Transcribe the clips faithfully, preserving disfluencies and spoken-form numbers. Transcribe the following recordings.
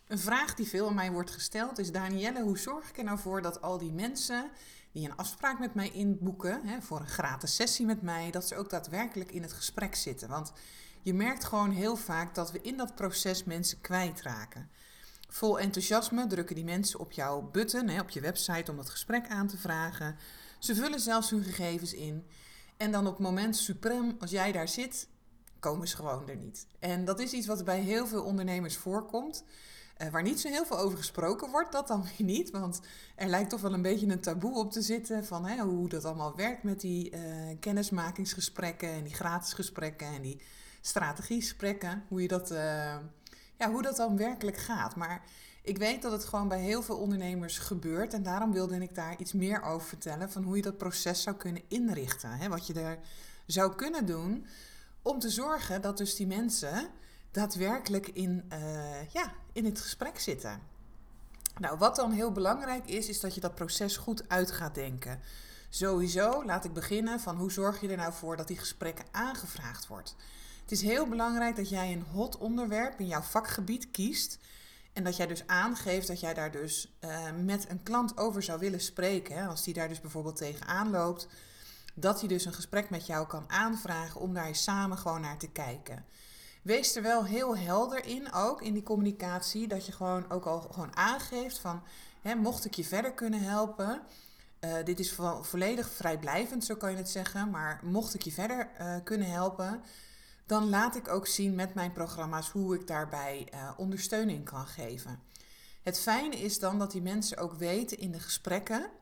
Een vraag die veel aan mij wordt gesteld is: Danielle, hoe zorg ik er nou voor dat al die mensen die een afspraak met mij inboeken, hè, voor een gratis sessie met mij, dat ze ook daadwerkelijk in het gesprek zitten? Want je merkt gewoon heel vaak dat we in dat proces mensen kwijtraken. Vol enthousiasme drukken die mensen op jouw button, hè, op je website om dat gesprek aan te vragen. Ze vullen zelfs hun gegevens in. En dan op het moment suprem, als jij daar zit, komen ze gewoon er niet. En dat is iets wat bij heel veel ondernemers voorkomt. Uh, waar niet zo heel veel over gesproken wordt, dat dan weer niet. Want er lijkt toch wel een beetje een taboe op te zitten van hè, hoe dat allemaal werkt met die uh, kennismakingsgesprekken en die gratis gesprekken en die strategiegesprekken. Hoe je dat, uh, ja, hoe dat dan werkelijk gaat. Maar ik weet dat het gewoon bij heel veel ondernemers gebeurt. En daarom wilde ik daar iets meer over vertellen van hoe je dat proces zou kunnen inrichten. Hè, wat je er zou kunnen doen om te zorgen dat dus die mensen daadwerkelijk in, uh, ja, in het gesprek zitten. Nou, wat dan heel belangrijk is, is dat je dat proces goed uit gaat denken. Sowieso laat ik beginnen van hoe zorg je er nou voor dat die gesprekken aangevraagd wordt. Het is heel belangrijk dat jij een hot onderwerp in jouw vakgebied kiest. En dat jij dus aangeeft dat jij daar dus uh, met een klant over zou willen spreken. Hè, als die daar dus bijvoorbeeld tegenaan loopt. Dat hij dus een gesprek met jou kan aanvragen om daar eens samen gewoon naar te kijken. Wees er wel heel helder in, ook in die communicatie, dat je gewoon ook al gewoon aangeeft van, hè, mocht ik je verder kunnen helpen, uh, dit is vo- volledig vrijblijvend, zo kan je het zeggen, maar mocht ik je verder uh, kunnen helpen, dan laat ik ook zien met mijn programma's hoe ik daarbij uh, ondersteuning kan geven. Het fijne is dan dat die mensen ook weten in de gesprekken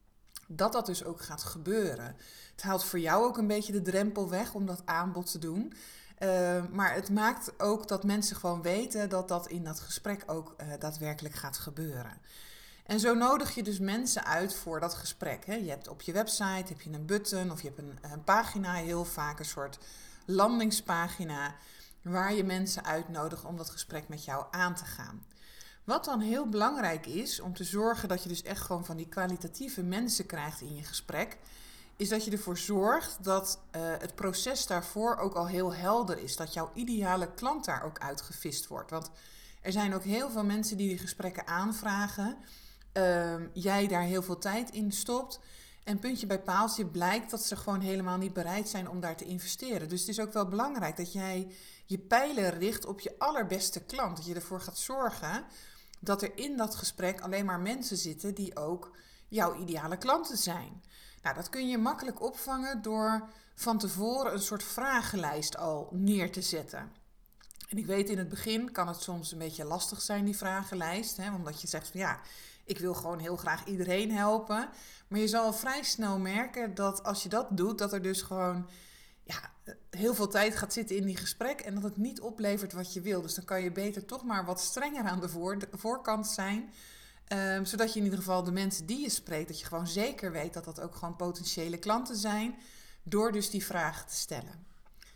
dat dat dus ook gaat gebeuren. Het haalt voor jou ook een beetje de drempel weg om dat aanbod te doen. Uh, maar het maakt ook dat mensen gewoon weten dat dat in dat gesprek ook uh, daadwerkelijk gaat gebeuren. En zo nodig je dus mensen uit voor dat gesprek. Hè. Je hebt op je website heb je een button of je hebt een, een pagina, heel vaak een soort landingspagina, waar je mensen uitnodigt om dat gesprek met jou aan te gaan. Wat dan heel belangrijk is om te zorgen dat je dus echt gewoon van die kwalitatieve mensen krijgt in je gesprek, is dat je ervoor zorgt dat uh, het proces daarvoor ook al heel helder is. Dat jouw ideale klant daar ook uitgevist wordt. Want er zijn ook heel veel mensen die die gesprekken aanvragen. Uh, jij daar heel veel tijd in stopt. En puntje bij paaltje blijkt dat ze gewoon helemaal niet bereid zijn om daar te investeren. Dus het is ook wel belangrijk dat jij je pijlen richt op je allerbeste klant. Dat je ervoor gaat zorgen dat er in dat gesprek alleen maar mensen zitten die ook jouw ideale klanten zijn. Nou, dat kun je makkelijk opvangen door van tevoren een soort vragenlijst al neer te zetten. En ik weet, in het begin kan het soms een beetje lastig zijn, die vragenlijst. Hè, omdat je zegt van ja, ik wil gewoon heel graag iedereen helpen. Maar je zal vrij snel merken dat als je dat doet, dat er dus gewoon ja, heel veel tijd gaat zitten in die gesprek en dat het niet oplevert wat je wil. Dus dan kan je beter toch maar wat strenger aan de, voor, de voorkant zijn. Um, zodat je in ieder geval de mensen die je spreekt, dat je gewoon zeker weet dat dat ook gewoon potentiële klanten zijn, door dus die vragen te stellen.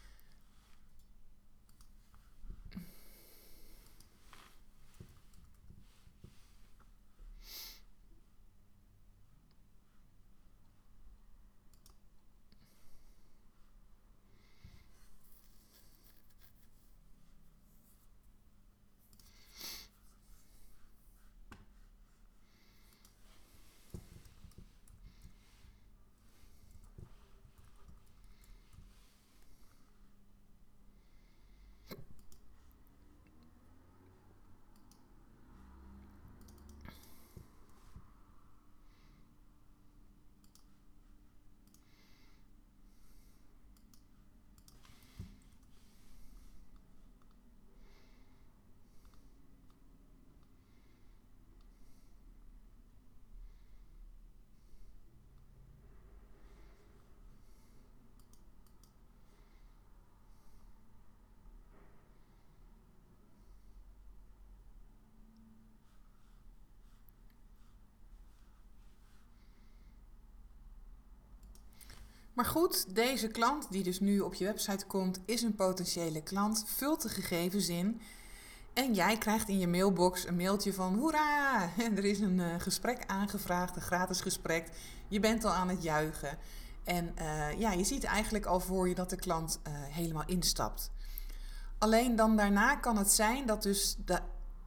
Maar goed, deze klant die dus nu op je website komt, is een potentiële klant. Vult de gegevens in en jij krijgt in je mailbox een mailtje van hoera, er is een uh, gesprek aangevraagd, een gratis gesprek. Je bent al aan het juichen. En uh, ja, je ziet eigenlijk al voor je dat de klant uh, helemaal instapt. Alleen dan daarna kan het zijn dat dus de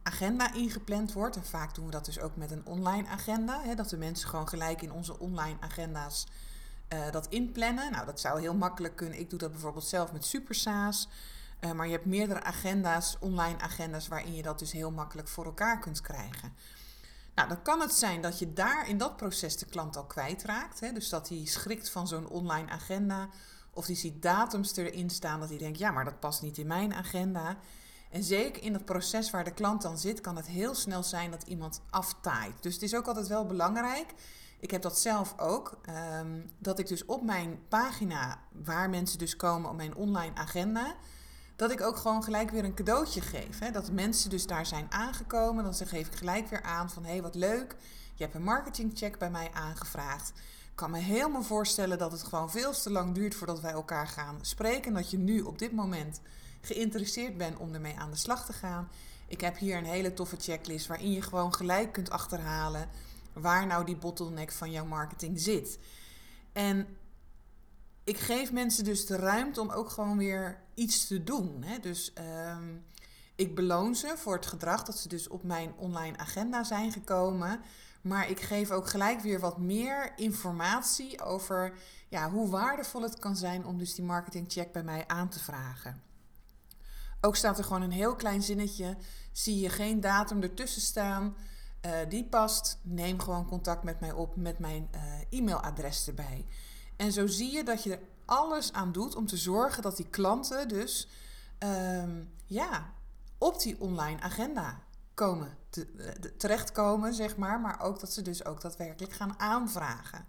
agenda ingepland wordt. En vaak doen we dat dus ook met een online agenda. Hè, dat de mensen gewoon gelijk in onze online agenda's uh, dat inplannen. Nou, dat zou heel makkelijk kunnen. Ik doe dat bijvoorbeeld zelf met SuperSAAS. Uh, maar je hebt meerdere agenda's, online agenda's, waarin je dat dus heel makkelijk voor elkaar kunt krijgen. Nou, dan kan het zijn dat je daar in dat proces de klant al kwijtraakt. Hè? Dus dat hij schrikt van zo'n online agenda. Of die ziet datums erin staan dat hij denkt, ja, maar dat past niet in mijn agenda. En zeker in dat proces waar de klant dan zit, kan het heel snel zijn dat iemand aftaait. Dus het is ook altijd wel belangrijk. Ik heb dat zelf ook. Um, dat ik dus op mijn pagina, waar mensen dus komen op mijn online agenda, dat ik ook gewoon gelijk weer een cadeautje geef. Hè? Dat mensen dus daar zijn aangekomen. Dan geef ik gelijk weer aan van, hé, hey, wat leuk. Je hebt een marketingcheck bij mij aangevraagd. Ik kan me helemaal voorstellen dat het gewoon veel te lang duurt voordat wij elkaar gaan spreken. Dat je nu op dit moment geïnteresseerd bent om ermee aan de slag te gaan. Ik heb hier een hele toffe checklist waarin je gewoon gelijk kunt achterhalen waar nou die bottleneck van jouw marketing zit. En ik geef mensen dus de ruimte om ook gewoon weer iets te doen. Hè? Dus um, ik beloon ze voor het gedrag dat ze dus op mijn online agenda zijn gekomen. Maar ik geef ook gelijk weer wat meer informatie over ja, hoe waardevol het kan zijn om dus die marketingcheck bij mij aan te vragen. Ook staat er gewoon een heel klein zinnetje. Zie je geen datum ertussen staan, uh, die past, neem gewoon contact met mij op met mijn uh, e-mailadres erbij. En zo zie je dat je er alles aan doet om te zorgen dat die klanten dus um, ja, op die online agenda komen, te, te, terechtkomen, zeg maar. Maar ook dat ze dus ook daadwerkelijk gaan aanvragen.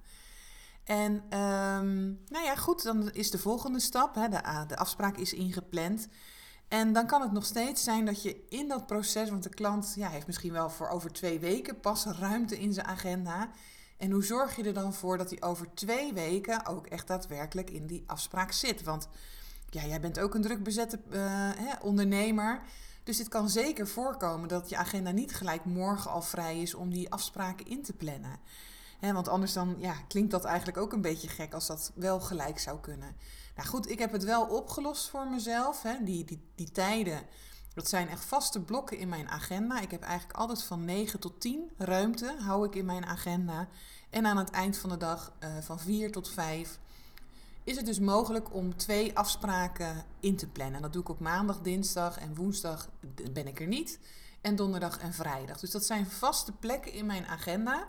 En um, nou ja, goed, dan is de volgende stap. Hè, de, de afspraak is ingepland. En dan kan het nog steeds zijn dat je in dat proces, want de klant ja, heeft misschien wel voor over twee weken pas ruimte in zijn agenda. En hoe zorg je er dan voor dat hij over twee weken ook echt daadwerkelijk in die afspraak zit? Want ja, jij bent ook een druk bezette uh, hè, ondernemer. Dus het kan zeker voorkomen dat je agenda niet gelijk morgen al vrij is om die afspraken in te plannen. Hè, want anders dan ja, klinkt dat eigenlijk ook een beetje gek als dat wel gelijk zou kunnen. Nou goed, ik heb het wel opgelost voor mezelf. Hè. Die, die, die tijden, dat zijn echt vaste blokken in mijn agenda. Ik heb eigenlijk altijd van negen tot tien ruimte, hou ik in mijn agenda. En aan het eind van de dag uh, van vier tot vijf is het dus mogelijk om twee afspraken in te plannen. Dat doe ik op maandag, dinsdag en woensdag ben ik er niet. En donderdag en vrijdag. Dus dat zijn vaste plekken in mijn agenda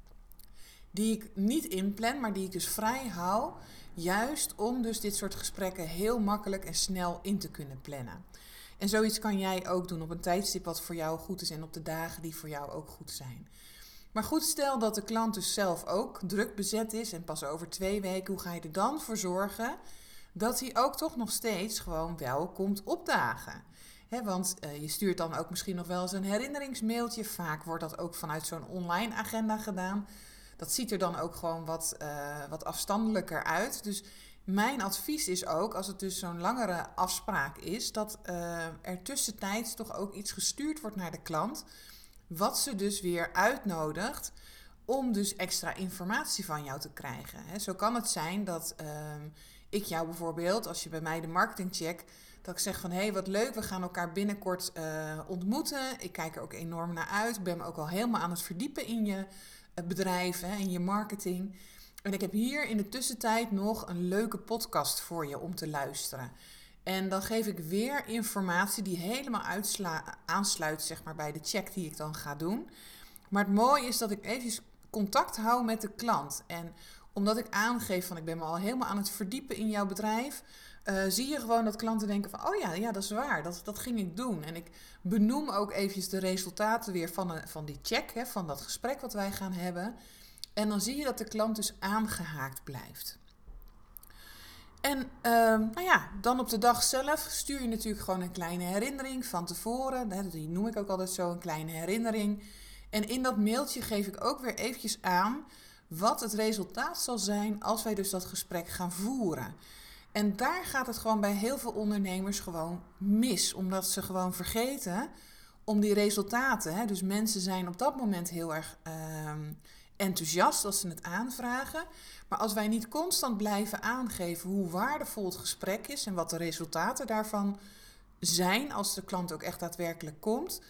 die ik niet inplan, maar die ik dus vrij hou. Juist om dus dit soort gesprekken heel makkelijk en snel in te kunnen plannen. En zoiets kan jij ook doen op een tijdstip wat voor jou goed is en op de dagen die voor jou ook goed zijn. Maar goed, stel dat de klant dus zelf ook druk bezet is en pas over twee weken, hoe ga je er dan voor zorgen dat hij ook toch nog steeds gewoon wel komt opdagen? He, want uh, je stuurt dan ook misschien nog wel eens een herinneringsmailtje. Vaak wordt dat ook vanuit zo'n online agenda gedaan. Dat ziet er dan ook gewoon wat, uh, wat afstandelijker uit. Dus mijn advies is ook, als het dus zo'n langere afspraak is, dat uh, er tussentijds toch ook iets gestuurd wordt naar de klant, wat ze dus weer uitnodigt om dus extra informatie van jou te krijgen. He, zo kan het zijn dat uh, ik jou bijvoorbeeld, als je bij mij de marketingcheck, dat ik zeg van, hé, hey, wat leuk, we gaan elkaar binnenkort uh, ontmoeten. Ik kijk er ook enorm naar uit. Ik ben me ook al helemaal aan het verdiepen in je bedrijf, hè, in je marketing. En ik heb hier in de tussentijd nog een leuke podcast voor je om te luisteren. En dan geef ik weer informatie die helemaal uitsla- aansluit zeg maar, bij de check die ik dan ga doen. Maar het mooie is dat ik even contact hou met de klant. En omdat ik aangeef van ik ben me al helemaal aan het verdiepen in jouw bedrijf, Uh, zie je gewoon dat klanten denken van, oh ja, ja dat is waar, dat, dat ging ik doen. En ik benoem ook eventjes de resultaten weer van, een, van die check, hè, van dat gesprek wat wij gaan hebben. En dan zie je dat de klant dus aangehaakt blijft. En uh, nou ja, dan op de dag zelf stuur je natuurlijk gewoon een kleine herinnering van tevoren. Hè, die noem ik ook altijd zo, een kleine herinnering. En in dat mailtje geef ik ook weer eventjes aan wat het resultaat zal zijn als wij dus dat gesprek gaan voeren. En daar gaat het gewoon bij heel veel ondernemers gewoon mis. Omdat ze gewoon vergeten om die resultaten. Hè, dus mensen zijn op dat moment heel erg uh, enthousiast als ze het aanvragen. Maar als wij niet constant blijven aangeven hoe waardevol het gesprek is en wat de resultaten daarvan zijn als de klant ook echt daadwerkelijk komt,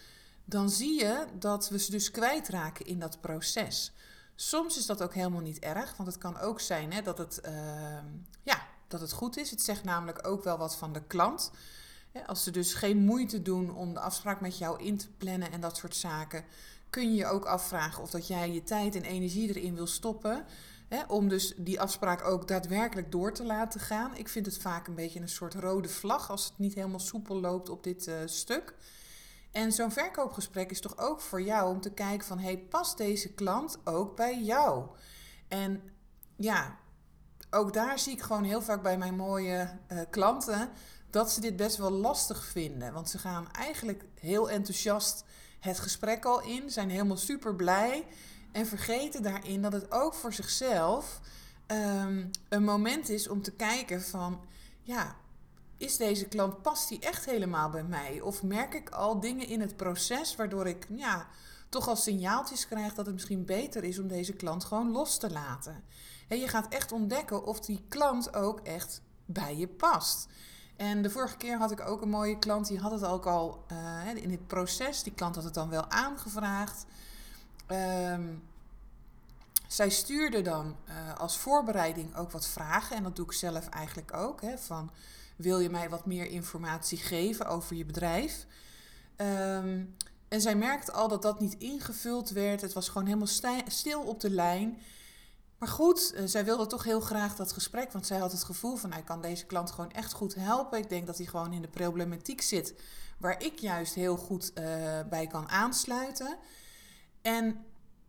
dan zie je dat we ze dus kwijtraken in dat proces. Soms is dat ook helemaal niet erg, want het kan ook zijn hè, dat, het, uh, ja, dat het goed is. Het zegt namelijk ook wel wat van de klant. Als ze dus geen moeite doen om de afspraak met jou in te plannen en dat soort zaken, kun je je ook afvragen of dat jij je tijd en energie erin wil stoppen. Hè, om dus die afspraak ook daadwerkelijk door te laten gaan. Ik vind het vaak een beetje een soort rode vlag als het niet helemaal soepel loopt op dit uh, stuk. En zo'n verkoopgesprek is toch ook voor jou om te kijken van, hey, past deze klant ook bij jou? En ja, ook daar zie ik gewoon heel vaak bij mijn mooie uh, klanten dat ze dit best wel lastig vinden. Want ze gaan eigenlijk heel enthousiast het gesprek al in, zijn helemaal super blij en vergeten daarin dat het ook voor zichzelf um, een moment is om te kijken van, ja, is deze klant, past die echt helemaal bij mij? Of merk ik al dingen in het proces waardoor ik ja, toch al signaaltjes krijg dat het misschien beter is om deze klant gewoon los te laten. En je gaat echt ontdekken of die klant ook echt bij je past. En de vorige keer had ik ook een mooie klant, die had het ook al uh, in het proces. Die klant had het dan wel aangevraagd. Um, zij stuurde dan uh, als voorbereiding ook wat vragen. En dat doe ik zelf eigenlijk ook. Hè, van, wil je mij wat meer informatie geven over je bedrijf? Um, en zij merkte al dat dat niet ingevuld werd. Het was gewoon helemaal stij- stil op de lijn. Maar goed, uh, zij wilde toch heel graag dat gesprek. Want zij had het gevoel van, nou, ik kan deze klant gewoon echt goed helpen. Ik denk dat hij gewoon in de problematiek zit waar ik juist heel goed uh, bij kan aansluiten. En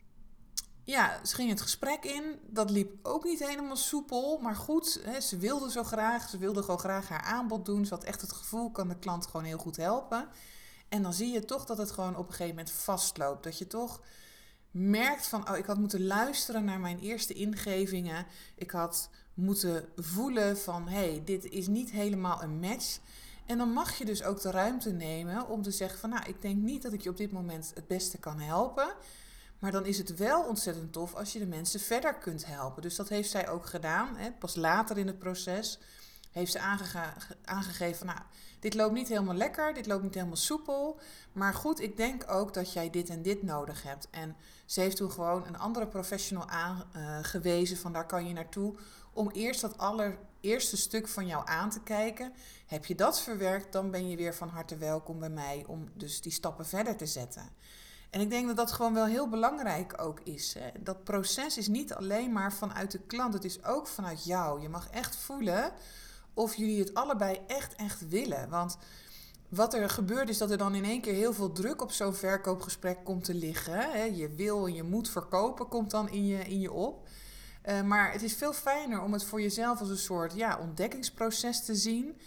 ja, ze ging het gesprek in. Dat liep ook niet helemaal soepel. Maar goed, hè, ze wilde zo graag. Ze wilde gewoon graag haar aanbod doen. Ze had echt het gevoel, kan de klant gewoon heel goed helpen. En dan zie je toch dat het gewoon op een gegeven moment vastloopt. Dat je toch merkt van, oh, ik had moeten luisteren naar mijn eerste ingevingen. Ik had moeten voelen van, hé, hey, dit is niet helemaal een match. En dan mag je dus ook de ruimte nemen om te zeggen van, nou, ik denk niet dat ik je op dit moment het beste kan helpen. Maar dan is het wel ontzettend tof als je de mensen verder kunt helpen. Dus dat heeft zij ook gedaan. Hè. Pas later in het proces heeft ze aangege- aangegeven van, nou, dit loopt niet helemaal lekker, dit loopt niet helemaal soepel. Maar goed, ik denk ook dat jij dit en dit nodig hebt. En ze heeft toen gewoon een andere professional aangewezen van, daar kan je naartoe om eerst dat allereerste stuk van jou aan te kijken. Heb je dat verwerkt, dan ben je weer van harte welkom bij mij om dus die stappen verder te zetten. En ik denk dat dat gewoon wel heel belangrijk ook is. Hè. Dat proces is niet alleen maar vanuit de klant, het is ook vanuit jou. Je mag echt voelen of jullie het allebei echt, echt willen. Want wat er gebeurt is dat er dan in één keer heel veel druk op zo'n verkoopgesprek komt te liggen. Hè. Je wil en je moet verkopen komt dan in je, in je op. Uh, maar het is veel fijner om het voor jezelf als een soort ja, ontdekkingsproces te zien.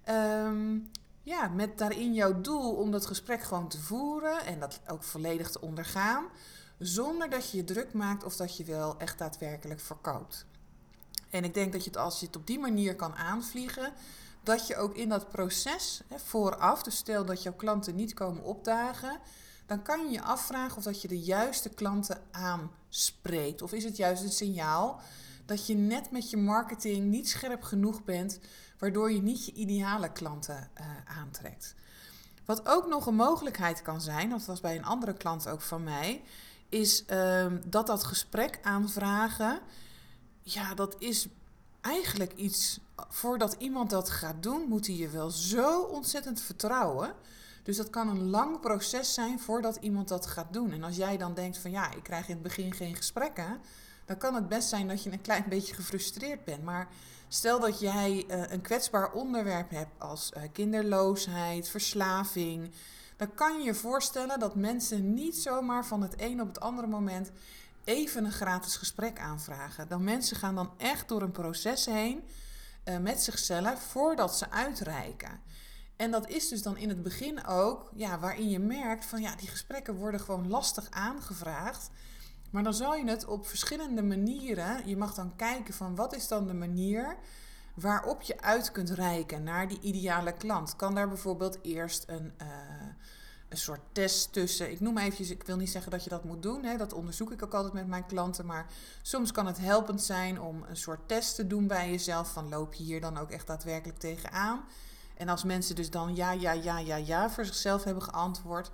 Um, Ja, met daarin jouw doel om dat gesprek gewoon te voeren en dat ook volledig te ondergaan, zonder dat je je druk maakt of dat je wel echt daadwerkelijk verkoopt. En ik denk dat je het, als je het op die manier kan aanvliegen, dat je ook in dat proces hè, vooraf, dus stel dat jouw klanten niet komen opdagen, dan kan je je afvragen of dat je de juiste klanten aanspreekt. Of is het juist een signaal dat je net met je marketing niet scherp genoeg bent, waardoor je niet je ideale klanten uh, aantrekt. Wat ook nog een mogelijkheid kan zijn, dat was bij een andere klant ook van mij, is uh, dat dat gesprek aanvragen, ja, dat is eigenlijk iets, voordat iemand dat gaat doen, moet hij je wel zo ontzettend vertrouwen. Dus dat kan een lang proces zijn voordat iemand dat gaat doen. En als jij dan denkt van, ja, ik krijg in het begin geen gesprekken, dan kan het best zijn dat je een klein beetje gefrustreerd bent. Maar stel dat jij uh, een kwetsbaar onderwerp hebt als uh, kinderloosheid, verslaving, dan kan je je voorstellen dat mensen niet zomaar van het een op het andere moment even een gratis gesprek aanvragen. Dan mensen gaan dan echt door een proces heen uh, met zichzelf voordat ze uitreiken. En dat is dus dan in het begin ook, ja, waarin je merkt van, ja, die gesprekken worden gewoon lastig aangevraagd. Maar dan zal je het op verschillende manieren, je mag dan kijken van wat is dan de manier waarop je uit kunt reiken naar die ideale klant. Kan daar bijvoorbeeld eerst een, uh, een soort test tussen, ik noem eventjes, ik wil niet zeggen dat je dat moet doen, hè, dat onderzoek ik ook altijd met mijn klanten, maar soms kan het helpend zijn om een soort test te doen bij jezelf, van loop je hier dan ook echt daadwerkelijk tegenaan? En als mensen dus dan ja, ja, ja, ja, ja voor zichzelf hebben geantwoord,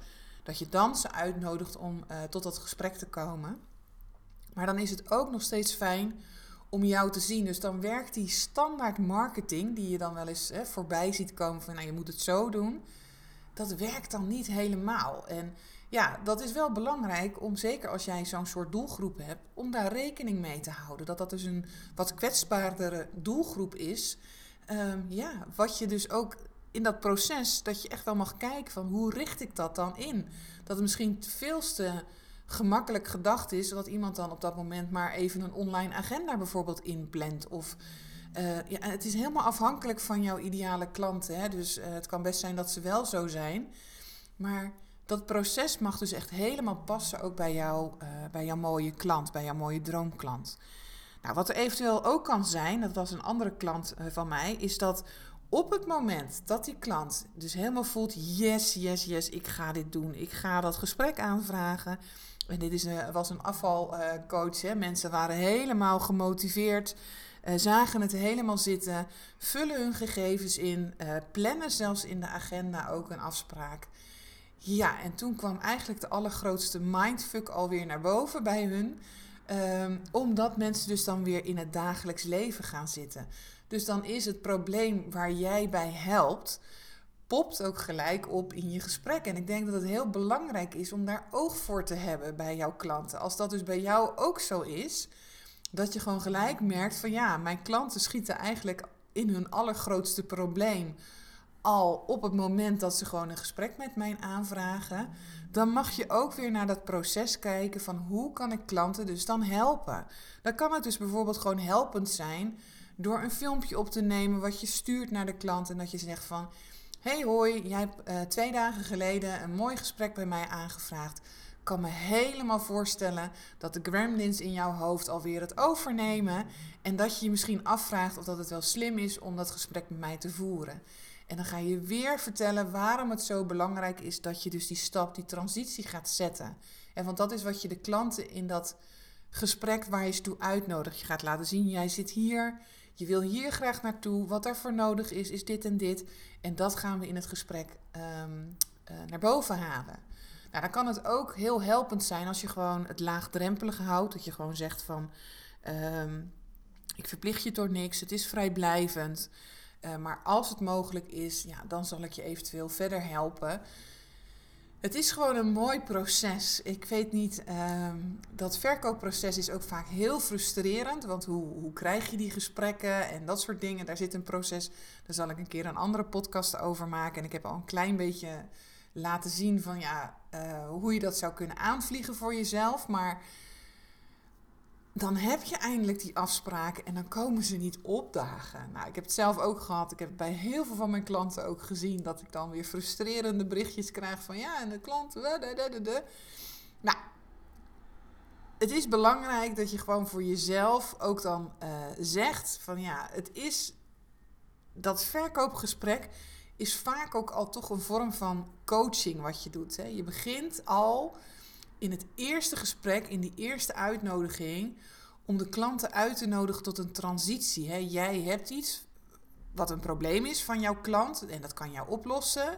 Dat je dan ze uitnodigt om uh, tot dat gesprek te komen. Maar dan is het ook nog steeds fijn om jou te zien. Dus dan werkt die standaard marketing, die je dan wel eens hè, voorbij ziet komen van nou, je moet het zo doen. Dat werkt dan niet helemaal. En ja, dat is wel belangrijk om, zeker als jij zo'n soort doelgroep hebt, om daar rekening mee te houden. Dat dat dus een wat kwetsbaardere doelgroep is. Um, ja, wat je dus ook in dat proces, dat je echt wel mag kijken van hoe richt ik dat dan in? Dat het misschien veel te gemakkelijk gedacht is, dat iemand dan op dat moment maar even een online agenda bijvoorbeeld inplant. Of uh, ja, het is helemaal afhankelijk van jouw ideale klanten. Hè? Dus uh, het kan best zijn dat ze wel zo zijn. Maar dat proces mag dus echt helemaal passen ook bij, jou, uh, bij jouw mooie klant, bij jouw mooie droomklant. Nou, wat er eventueel ook kan zijn, dat was een andere klant uh, van mij, is dat op het moment dat die klant dus helemaal voelt, yes, yes, yes, ik ga dit doen. Ik ga dat gesprek aanvragen. En dit is een, was een afvalcoach. Hè. Mensen waren helemaal gemotiveerd, uh, zagen het helemaal zitten, vullen hun gegevens in, uh, plannen zelfs in de agenda ook een afspraak. Ja, en toen kwam eigenlijk de allergrootste mindfuck alweer naar boven bij hun. Um, omdat mensen dus dan weer in het dagelijks leven gaan zitten. Dus dan is het probleem waar jij bij helpt, popt ook gelijk op in je gesprek. En ik denk dat het heel belangrijk is om daar oog voor te hebben bij jouw klanten. Als dat dus bij jou ook zo is, dat je gewoon gelijk merkt van ja, mijn klanten schieten eigenlijk in hun allergrootste probleem al op het moment dat ze gewoon een gesprek met mij aanvragen, dan mag je ook weer naar dat proces kijken van hoe kan ik klanten dus dan helpen. Dan kan het dus bijvoorbeeld gewoon helpend zijn door een filmpje op te nemen wat je stuurt naar de klant en dat je zegt van hey hoi, jij hebt uh, twee dagen geleden een mooi gesprek bij mij aangevraagd. Ik kan me helemaal voorstellen dat de gremlins in jouw hoofd alweer het overnemen en dat je je misschien afvraagt of dat het wel slim is om dat gesprek met mij te voeren. En dan ga je weer vertellen waarom het zo belangrijk is dat je dus die stap, die transitie gaat zetten. En want dat is wat je de klanten in dat gesprek waar je ze toe uitnodigt. Je gaat laten zien, jij zit hier, je wil hier graag naartoe. Wat er voor nodig is, is dit en dit. En dat gaan we in het gesprek um, uh, naar boven halen. Nou, dan kan het ook heel helpend zijn als je gewoon het laagdrempelige houdt. Dat je gewoon zegt van, um, ik verplicht je door niks, het is vrijblijvend. Uh, maar als het mogelijk is, ja, dan zal ik je eventueel verder helpen. Het is gewoon een mooi proces. Ik weet niet, uh, dat verkoopproces is ook vaak heel frustrerend. Want hoe, hoe krijg je die gesprekken en dat soort dingen. Daar zit een proces, daar zal ik een keer een andere podcast over maken. En ik heb al een klein beetje laten zien van ja, uh, hoe je dat zou kunnen aanvliegen voor jezelf. Maar dan heb je eindelijk die afspraken en dan komen ze niet opdagen. Nou, ik heb het zelf ook gehad. Ik heb het bij heel veel van mijn klanten ook gezien dat ik dan weer frustrerende berichtjes krijg van ja, en de klant. Nou, het is belangrijk dat je gewoon voor jezelf ook dan uh, zegt van ja, het is dat verkoopgesprek is vaak ook al toch een vorm van coaching wat je doet. Hè. Je begint al in het eerste gesprek, in die eerste uitnodiging, om de klanten uit te nodigen tot een transitie. Hè. Jij hebt iets wat een probleem is van jouw klant en dat kan jou oplossen.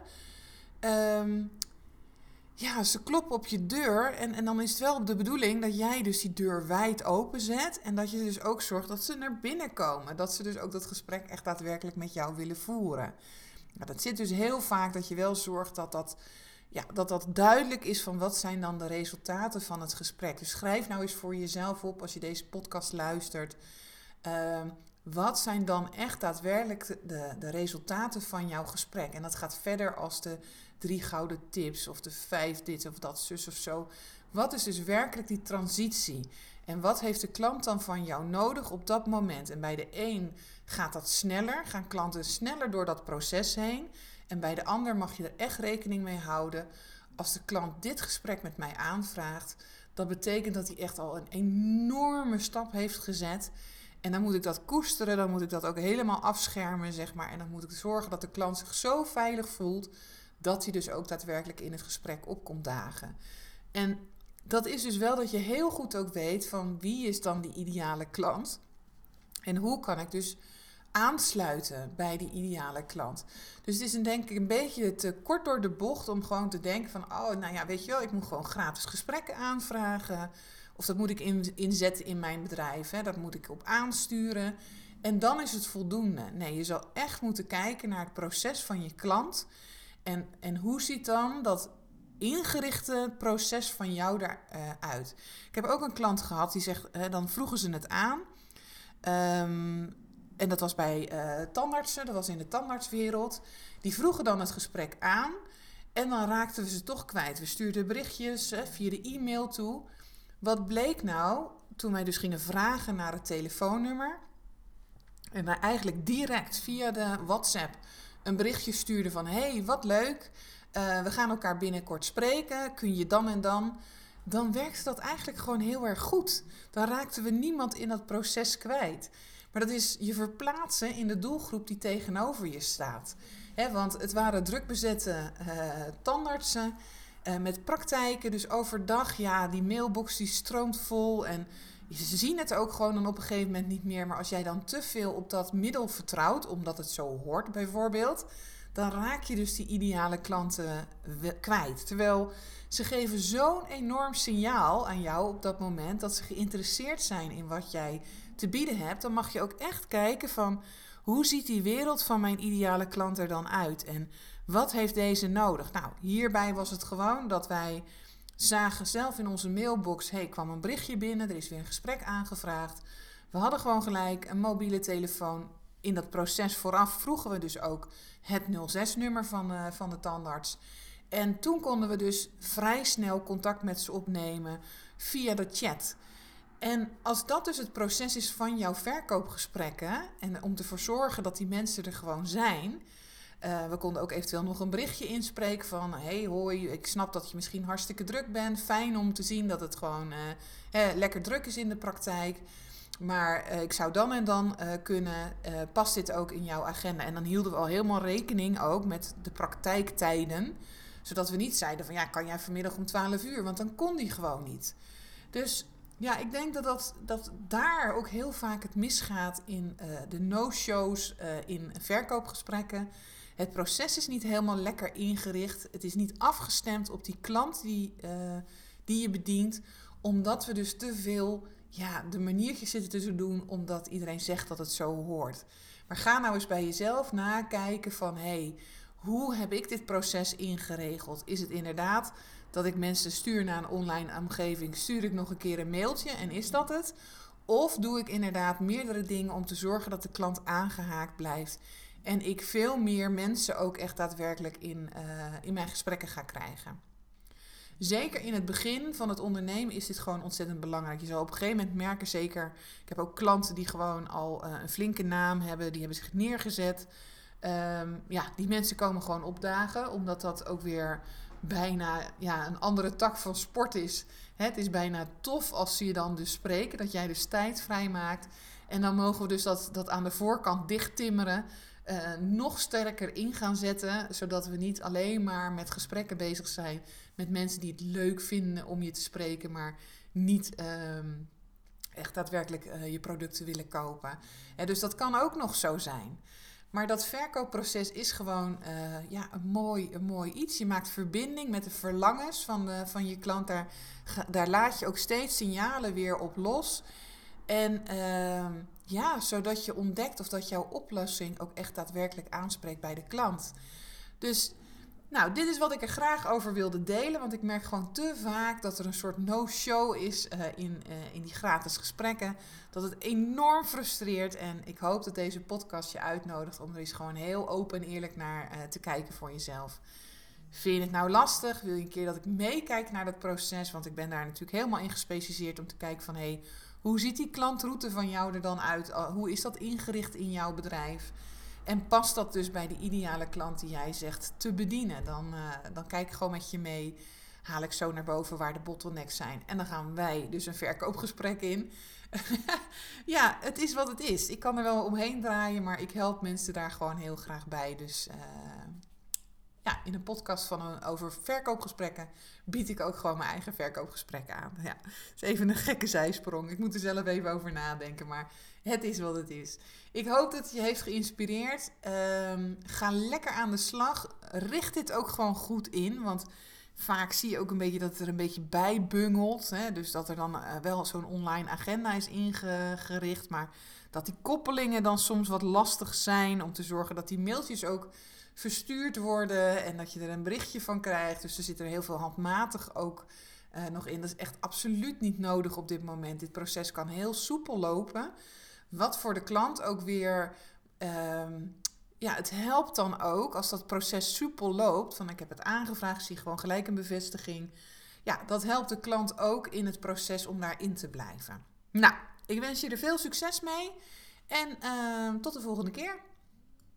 Um, ja, ze kloppen op je deur en, en dan is het wel de bedoeling dat jij dus die deur wijd open zet en dat je dus ook zorgt dat ze naar binnen komen. Dat ze dus ook dat gesprek echt daadwerkelijk met jou willen voeren. Nou, dat zit dus heel vaak dat je wel zorgt dat dat Ja, dat dat duidelijk is van wat zijn dan de resultaten van het gesprek. Dus schrijf nou eens voor jezelf op als je deze podcast luistert. Uh, wat zijn dan echt daadwerkelijk de, de resultaten van jouw gesprek? En dat gaat verder als de drie gouden tips of de vijf dit of dat zus of zo. Wat is dus werkelijk die transitie? En wat heeft de klant dan van jou nodig op dat moment? En bij de een gaat dat sneller, gaan klanten sneller door dat proces heen. En bij de ander mag je er echt rekening mee houden. Als de klant dit gesprek met mij aanvraagt, dat betekent dat hij echt al een enorme stap heeft gezet. En dan moet ik dat koesteren, dan moet ik dat ook helemaal afschermen, zeg maar. En dan moet ik zorgen dat de klant zich zo veilig voelt, dat hij dus ook daadwerkelijk in het gesprek op komt dagen. En dat is dus wel dat je heel goed ook weet van wie is dan die ideale klant. En hoe kan ik dus aansluiten bij die ideale klant. Dus het is een, denk ik een beetje te kort door de bocht om gewoon te denken van, oh, nou ja, weet je wel, ik moet gewoon gratis gesprekken aanvragen. Of dat moet ik in, inzetten in mijn bedrijf. Hè. Dat moet ik op aansturen. En dan is het voldoende. Nee, je zal echt moeten kijken naar het proces van je klant. En, en hoe ziet dan dat ingerichte proces van jou daaruit? Uh, ik heb ook een klant gehad die zegt, uh, dan vroegen ze het aan. Um, en dat was bij uh, tandartsen, dat was in de tandartswereld. Die vroegen dan het gesprek aan. En dan raakten we ze toch kwijt. We stuurden berichtjes hè, via de e-mail toe. Wat bleek nou, toen wij dus gingen vragen naar het telefoonnummer. En wij eigenlijk direct via de WhatsApp een berichtje stuurden van, hé, hey, wat leuk. Uh, we gaan elkaar binnenkort spreken. Kun je dan en dan? Dan werkte dat eigenlijk gewoon heel erg goed. Dan raakten we niemand in dat proces kwijt. Maar dat is je verplaatsen in de doelgroep die tegenover je staat. He, want het waren druk bezette uh, tandartsen uh, met praktijken. Dus overdag, ja, die mailbox die stroomt vol. En ze zien het ook gewoon dan op een gegeven moment niet meer. Maar als jij dan te veel op dat middel vertrouwt, omdat het zo hoort bijvoorbeeld, dan raak je dus die ideale klanten kwijt. Terwijl ze geven zo'n enorm signaal aan jou op dat moment dat ze geïnteresseerd zijn in wat jij te bieden hebt. Dan mag je ook echt kijken van, hoe ziet die wereld van mijn ideale klant er dan uit? En wat heeft deze nodig? Nou, hierbij was het gewoon dat wij zagen zelf in onze mailbox, hey, kwam een berichtje binnen, er is weer een gesprek aangevraagd. We hadden gewoon gelijk een mobiele telefoon. In dat proces vooraf vroegen we dus ook het nul zes nummer van, uh, van de tandarts. En toen konden we dus vrij snel contact met ze opnemen via de chat. En als dat dus het proces is van jouw verkoopgesprekken, en om ervoor zorgen dat die mensen er gewoon zijn. Uh, we konden ook eventueel nog een berichtje inspreken van, hey hoi, ik snap dat je misschien hartstikke druk bent. Fijn om te zien dat het gewoon uh, eh, lekker druk is in de praktijk. Maar uh, ik zou dan en dan uh, kunnen, uh, past dit ook in jouw agenda? En dan hielden we al helemaal rekening ook met de praktijktijden. Zodat we niet zeiden van, ja, kan jij vanmiddag om twaalf uur? Want dan kon die gewoon niet. Dus ja, ik denk dat, dat, dat daar ook heel vaak het misgaat in uh, de no-shows, uh, in verkoopgesprekken. Het proces is niet helemaal lekker ingericht. Het is niet afgestemd op die klant die, uh, die je bedient. Omdat we dus te veel ja, de maniertjes zitten te doen omdat iedereen zegt dat het zo hoort. Maar ga nou eens bij jezelf nakijken van, hé, hey, hoe heb ik dit proces ingeregeld? Is het inderdaad dat ik mensen stuur naar een online omgeving, stuur ik nog een keer een mailtje en is dat het? Of doe ik inderdaad meerdere dingen om te zorgen dat de klant aangehaakt blijft en ik veel meer mensen ook echt daadwerkelijk in, uh, in mijn gesprekken ga krijgen? Zeker in het begin van het ondernemen is dit gewoon ontzettend belangrijk. Je zal op een gegeven moment merken, zeker, ik heb ook klanten die gewoon al uh, een flinke naam hebben, die hebben zich neergezet. Um, ja, die mensen komen gewoon opdagen, omdat dat ook weer bijna ja, een andere tak van sport is. Hè, het is bijna tof als ze je dan dus spreken, dat jij dus tijd vrijmaakt. En dan mogen we dus dat, dat aan de voorkant dicht timmeren, uh, nog sterker in gaan zetten, zodat we niet alleen maar met gesprekken bezig zijn met mensen die het leuk vinden om je te spreken, maar niet um, echt daadwerkelijk uh, je producten willen kopen. Ja, dus dat kan ook nog zo zijn. Maar dat verkoopproces is gewoon uh, ja, een, mooi, een mooi iets. Je maakt verbinding met de verlangens van, de, van je klant. Daar, daar laat je ook steeds signalen weer op los. En uh, ja, zodat je ontdekt of dat jouw oplossing ook echt daadwerkelijk aanspreekt bij de klant. Dus nou, dit is wat ik er graag over wilde delen. Want ik merk gewoon te vaak dat er een soort no-show is uh, in, uh, in die gratis gesprekken. Dat het enorm frustreert. En ik hoop dat deze podcast je uitnodigt om er eens gewoon heel open en eerlijk naar uh, te kijken voor jezelf. Vind je het nou lastig? Wil je een keer dat ik meekijk naar dat proces? Want ik ben daar natuurlijk helemaal in gespecialiseerd om te kijken van, hey, hoe ziet die klantroute van jou er dan uit? Hoe is dat ingericht in jouw bedrijf? En past dat dus bij de ideale klant die jij zegt te bedienen? Dan, uh, dan kijk ik gewoon met je mee. Haal ik zo naar boven waar de bottlenecks zijn. En dan gaan wij dus een verkoopgesprek in. Ja, het is wat het is. Ik kan er wel omheen draaien, maar ik help mensen daar gewoon heel graag bij. Dus uh, ja, in een podcast van een, over verkoopgesprekken bied ik ook gewoon mijn eigen verkoopgesprekken aan. Ja, het is even een gekke zijsprong. Ik moet er zelf even over nadenken, maar het is wat het is. Ik hoop dat het je heeft geïnspireerd. Um, ga lekker aan de slag. Richt dit ook gewoon goed in, want vaak zie je ook een beetje dat het er een beetje bij bungelt. Hè? Dus dat er dan uh, wel zo'n online agenda is ingericht, maar dat die koppelingen dan soms wat lastig zijn om te zorgen dat die mailtjes ook verstuurd worden en dat je er een berichtje van krijgt. Dus er zit er heel veel handmatig ook uh, nog in. Dat is echt absoluut niet nodig op dit moment. Dit proces kan heel soepel lopen. Wat voor de klant ook weer... Um, ja, het helpt dan ook als dat proces soepel loopt. Van ik heb het aangevraagd, zie gewoon gelijk een bevestiging. Ja, dat helpt de klant ook in het proces om daarin te blijven. Nou, ik wens je er veel succes mee. En uh, tot de volgende keer.